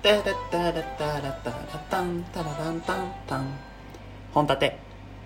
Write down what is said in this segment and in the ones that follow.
タラタラタラタラタンタラランタンタン。本立て。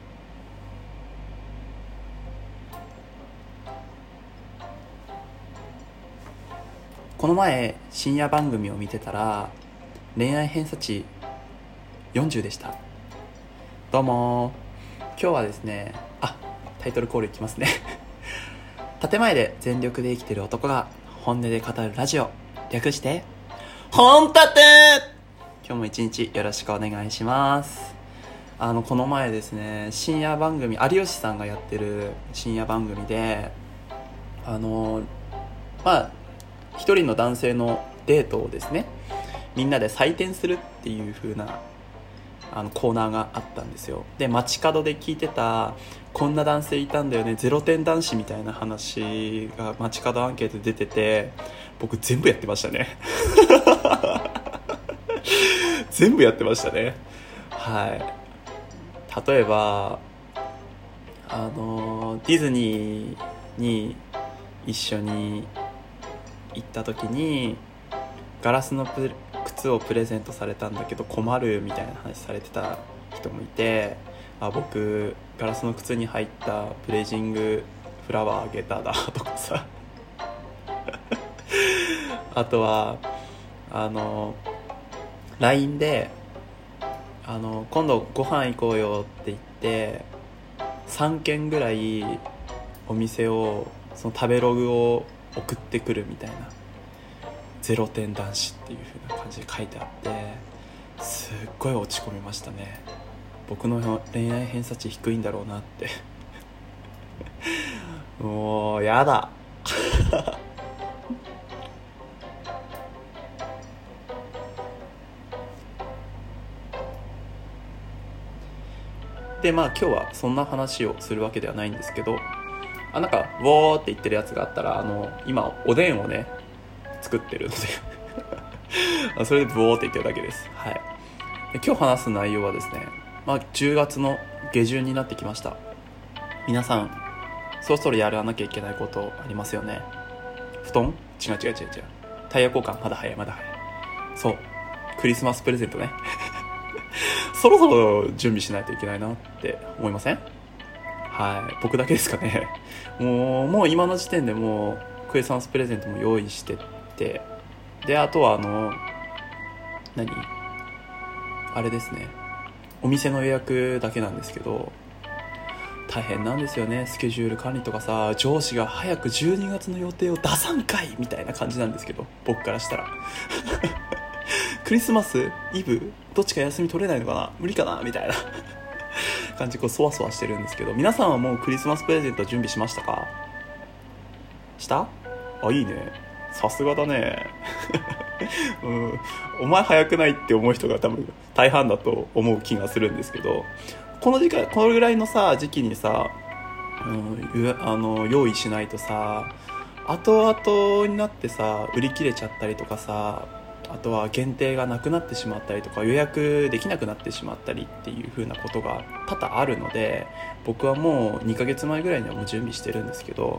この前深夜番組を見てたら恋愛偏差値40でした。どうも今日はですね、タイトルコールいきますね建前で全力で生きてる男が本音で語るラジオ、略して本立て。今日も一日よろしくお願いします。この前ですね、深夜番組、有吉さんがやってる深夜番組で一人の男性のデートをですね、みんなで採点するっていう風なコーナーがあったんですよ。で、街角で聞いてたこんな男性いたんだよね、0点男子みたいな話が街角アンケートで出てて、僕全部やってましたね全部やってましたね。はい。例えばディズニーに一緒に行った時にガラスの靴をプレゼントされたんだけど困るみたいな話されてた人もいて、僕ガラスの靴に入ったプレジングフラワーあげただとかさあとはLINE で今度ご飯行こうよって言って3軒ぐらいお店をその食べログを送ってくるみたいな、0点男子っていう風な感じで書いてあって、すっごい落ち込みましたね。僕の恋愛偏差値低いんだろうなってもうやだで、今日はそんな話をするわけではないんですけど、なんかウォーって言ってるやつがあったら、今おでんをね作ってるのでそれでブオーって言ってるだけです。はい。で、今日話す内容はですね、10月の下旬になってきました。皆さんそろそろやらなきゃいけないことありますよね。布団？違う。タイヤ交換まだ早い。そう、クリスマスプレゼントねそろそろ準備しないといけないなって思いません？はい。僕だけですかね。もう今の時点でもうクリスマスプレゼントも用意してって、で、あとはあれですね、お店の予約だけなんですけど、大変なんですよね。スケジュール管理とかさ、上司が早く12月の予定を出さんかいみたいな感じなんですけど、僕からしたらクリスマスイブどっちか休み取れないのかな、無理かなみたいな感じでそわそわしてるんですけど、皆さんはもうクリスマスプレゼント準備しましたか？した？いいね、さすがだねお前早くないって思う人が多分大半だと思う気がするんですけど、このぐらいのさ時期にさ、用意しないとさ、後々になってさ売り切れちゃったりとかさ、あとは限定がなくなってしまったりとか、予約できなくなってしまったりっていう風なことが多々あるので、僕はもう2ヶ月前ぐらいにはもう準備してるんですけど、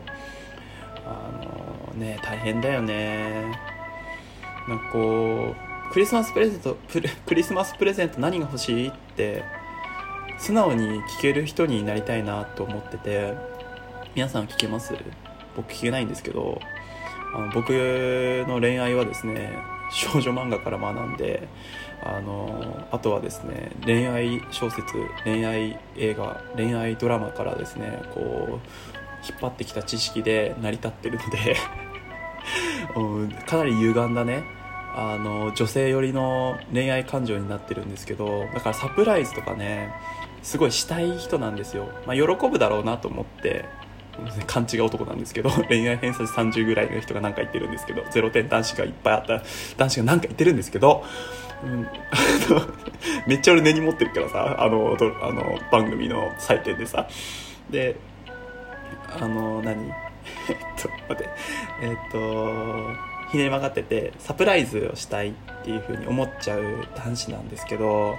大変だよね。なんかこうクリスマスプレゼント何が欲しいって素直に聞ける人になりたいなと思ってて、皆さん聞けます？僕聞けないんですけど、僕の恋愛はですね、少女漫画から学んで、あとはですね、恋愛小説、恋愛映画、恋愛ドラマからですね、こう引っ張ってきた知識で成り立ってるのでかなり歪んだね、女性寄りの恋愛感情になってるんですけど、だからサプライズとかねすごいしたい人なんですよ。喜ぶだろうなと思って勘違い男なんですけど、恋愛偏差値30ぐらいの人が何か言ってるんですけど、0点男子がいっぱいあった男子が何か言ってるんですけど、めっちゃ俺根に持ってるからさ、番組の採点でさ、で待ってひねり曲がってて、サプライズをしたいっていう風に思っちゃう男子なんですけど、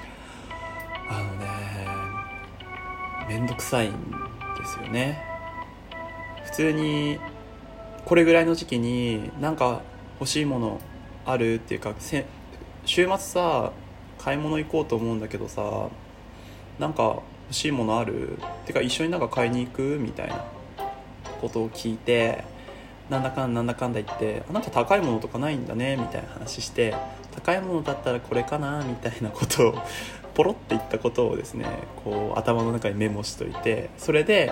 めんどくさいんですよね。普通にこれぐらいの時期になんか欲しいものあるっていうか、 週末さ買い物行こうと思うんだけどさ、なんか欲しいものある？てか一緒になんか買いに行く？みたいなことを聞いて、なんだかんだ言って、なんか高いものとかないんだねみたいな話して、高いものだったらこれかなみたいなことをポロって言ったことをですね、こう頭の中にメモしといて、それで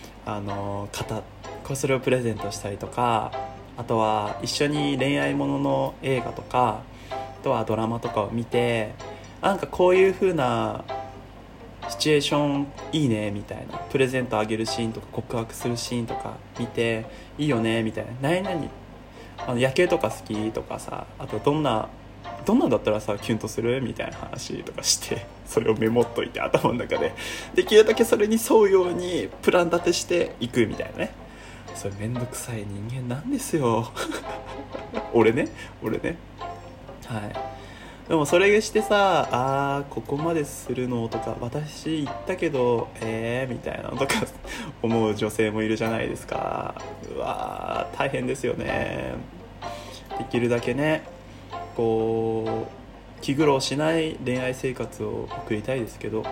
それをプレゼントしたりとか、あとは一緒に恋愛ものの映画とか、あとはドラマとかを見て、なんかこういう風なシチュエーションいいねみたいな、プレゼントあげるシーンとか告白するシーンとか見ていいよねみたいな、何々野球とか好きとかさ、あとどんなんだったらさキュンとするみたいな話とかして、それをメモっといて頭の中でできるだけそれに沿うようにプラン立てしていくみたいなね。それめんどくさい人間なんですよ俺ねはい。でもそれしてさ、ここまでするのとか、私言ったけどみたいなのとか思う女性もいるじゃないですか。うわー大変ですよね。できるだけね、こう気苦労しない恋愛生活を送りたいですけど、はい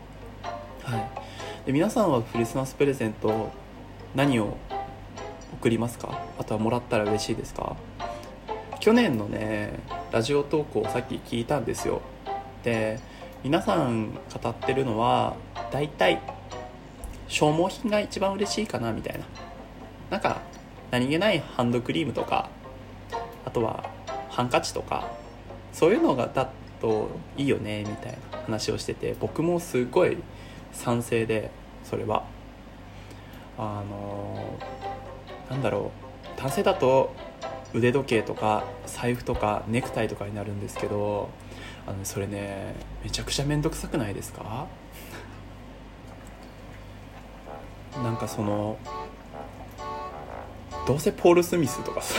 。で皆さんはクリスマスプレゼント何を送りますか？あとはもらったら嬉しいですか？去年のねラジオ投稿をさっき聞いたんですよ。で皆さん語ってるのはだいたい消耗品が一番嬉しいかなみたいな、なんか何気ないハンドクリームとか、あとはハンカチとか、そういうのがだといいよねみたいな話をしてて、僕もすごい賛成で、それはなんだろう、男性だと腕時計とか財布とかネクタイとかになるんですけど、それねめちゃくちゃめんどくさくないですか？なんかどうせポール・スミスとかさ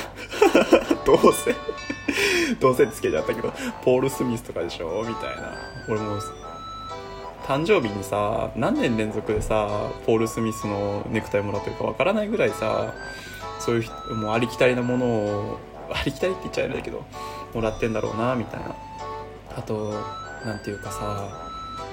どうせつけちゃったけどポール・スミスとかでしょみたいな。俺も誕生日にさ何年連続でさポール・スミスのネクタイもらってるかわからないぐらいさ、そういうもうありきたりなものを、ありきたりって言っちゃあれだけどもらってんだろうなみたいな。あとなんていうかさ、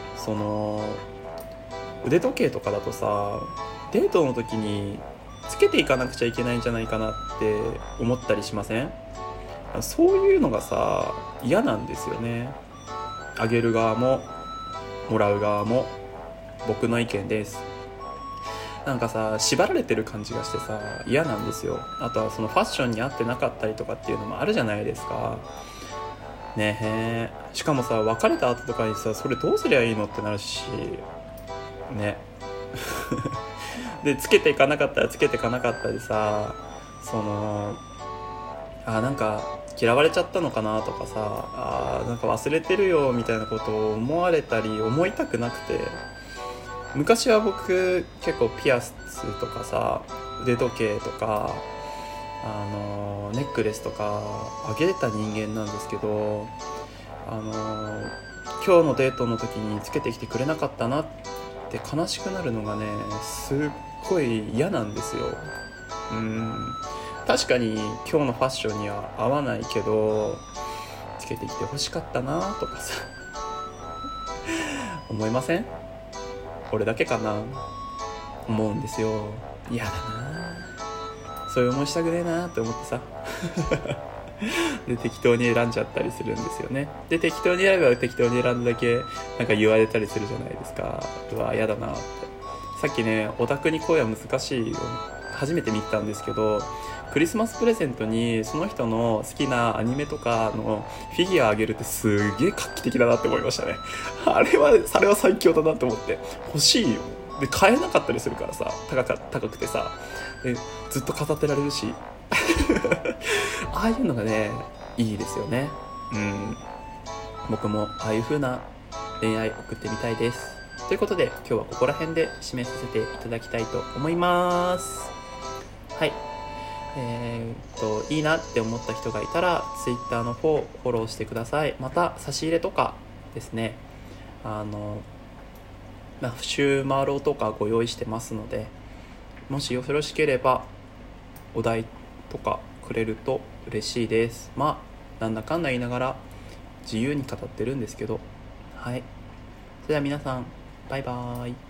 腕時計とかだとさ、デートの時につけていかなくちゃいけないんじゃないかなって思ったりしません？そういうのがさ嫌なんですよね。あげる側ももらう側も。僕の意見です。なんかさ縛られてる感じがしてさ嫌なんですよ。あとはそのファッションに合ってなかったりとかっていうのもあるじゃないですかね。えしかもさ別れた後とかにさそれどうすりゃいいのってなるしねでつけていかなかったらつけていかなかったでさ、なんか嫌われちゃったのかなとかさ、なんか忘れてるよみたいなことを思われたり思いたくなくて、昔は僕結構ピアスとかさ腕時計とかネックレスとかあげた人間なんですけど、今日のデートの時につけてきてくれなかったなって悲しくなるのがねすっごい嫌なんですよ。確かに今日のファッションには合わないけどつけてきて欲しかったなとかさ思いません？俺だけかな、思うんですよ。嫌だな、そういう思いしたくねえなって思ってさで適当に選んじゃったりするんですよね。で適当に選べば適当に選んだだけなんか言われたりするじゃないですか。うわ嫌だなって。さっきねオタクに恋は難しいを初めて見たんですけど、クリスマスプレゼントにその人の好きなアニメとかのフィギュアあげるってすげえ画期的だなって思いましたね。あれは最強だなって思って、欲しいよ。で買えなかったりするからさ、高くてさ、でずっと飾ってられるしああいうのがねいいですよね。僕もああいう風な恋愛送ってみたいです。ということで今日はここら辺で締めさせていただきたいと思います。はい、いいなって思った人がいたら Twitter の方フォローしてください。また差し入れとかですね、シューマロとかご用意してますので、もしよろしければお題とかくれると嬉しいです。なんだかんだ言いながら自由に語ってるんですけど、はい。それでは皆さん、バイバーイ。